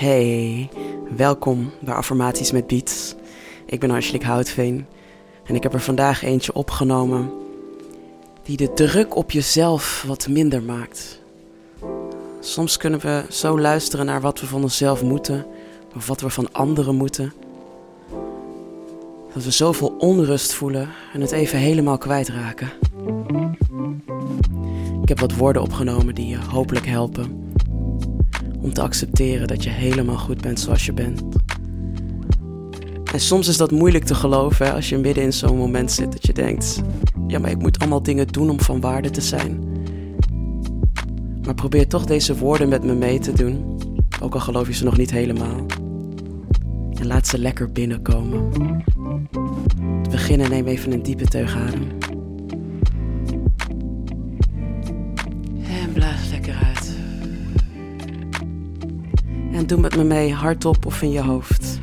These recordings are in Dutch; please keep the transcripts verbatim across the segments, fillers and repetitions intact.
Hey, welkom bij Affirmaties met Beats. Ik ben Angelique Houtveen en ik heb er vandaag eentje opgenomen die de druk op jezelf wat minder maakt. Soms kunnen we zo luisteren naar wat we van onszelf moeten of wat we van anderen moeten, dat we zoveel onrust voelen en het even helemaal kwijtraken. Ik heb wat woorden opgenomen die je hopelijk helpen om te accepteren dat je helemaal goed bent zoals je bent. En soms is dat moeilijk te geloven hè, als je midden in zo'n moment zit dat je denkt, ja, maar ik moet allemaal dingen doen om van waarde te zijn. Maar probeer toch deze woorden met me mee te doen, ook al geloof je ze nog niet helemaal. En laat ze lekker binnenkomen. Te beginnen neem even een diepe teug adem. En blaas lekker uit. En doe met me mee, hardop of in je hoofd.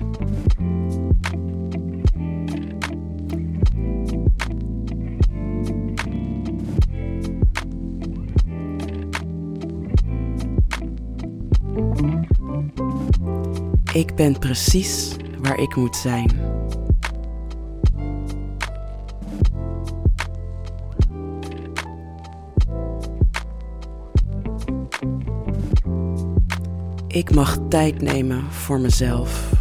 Ik ben precies waar ik moet zijn. Ik mag tijd nemen voor mezelf.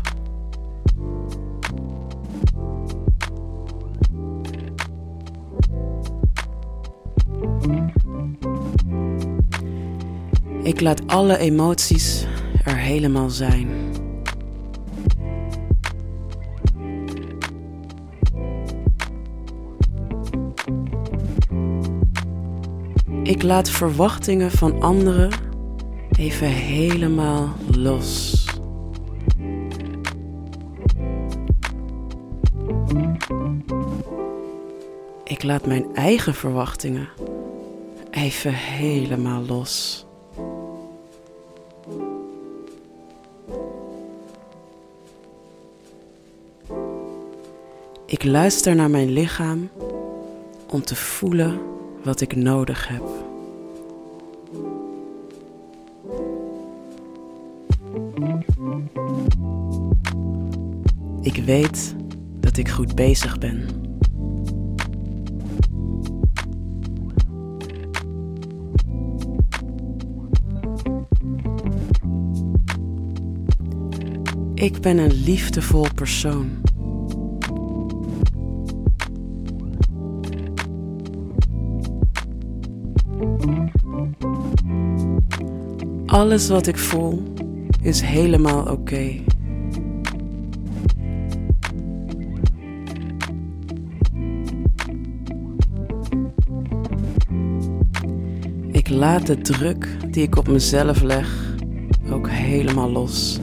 Ik laat alle emoties er helemaal zijn. Ik laat verwachtingen van anderen even helemaal los. Ik laat mijn eigen verwachtingen even helemaal los. Ik luister naar mijn lichaam om te voelen wat ik nodig heb. Ik weet dat ik goed bezig ben. Ik ben een liefdevol persoon. Alles wat ik voel is helemaal oké. Okay. Ik laat de druk die ik op mezelf leg ook helemaal los.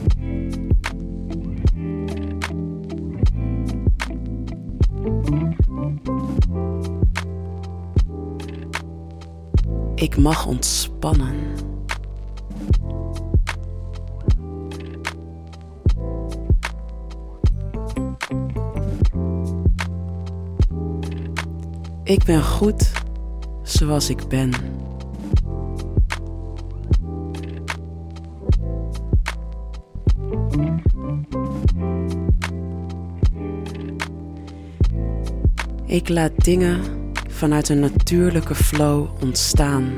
Ik mag ontspannen. Ik ben goed zoals ik ben. Ik laat dingen vanuit een natuurlijke flow ontstaan.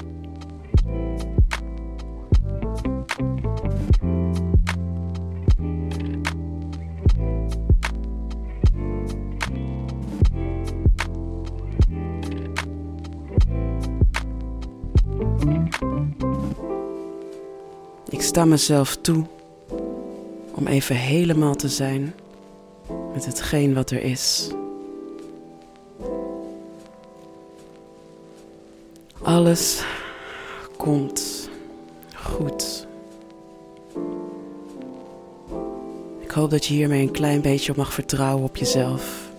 Ik sta mezelf toe om even helemaal te zijn met hetgeen wat er is. Alles komt goed. Ik hoop dat je hiermee een klein beetje op mag vertrouwen op jezelf.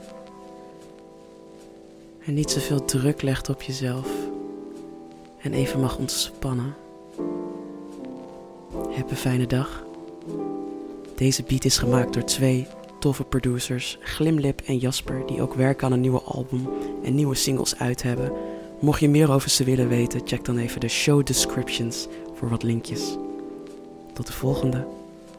En niet zoveel druk legt op jezelf. En even mag ontspannen. Heb een fijne dag. Deze beat is gemaakt door twee toffe producers, Glimlip en Jasper, die ook werken aan een nieuwe album en nieuwe singles uit hebben. Mocht je meer over ze willen weten, check dan even de show descriptions voor wat linkjes. Tot de volgende.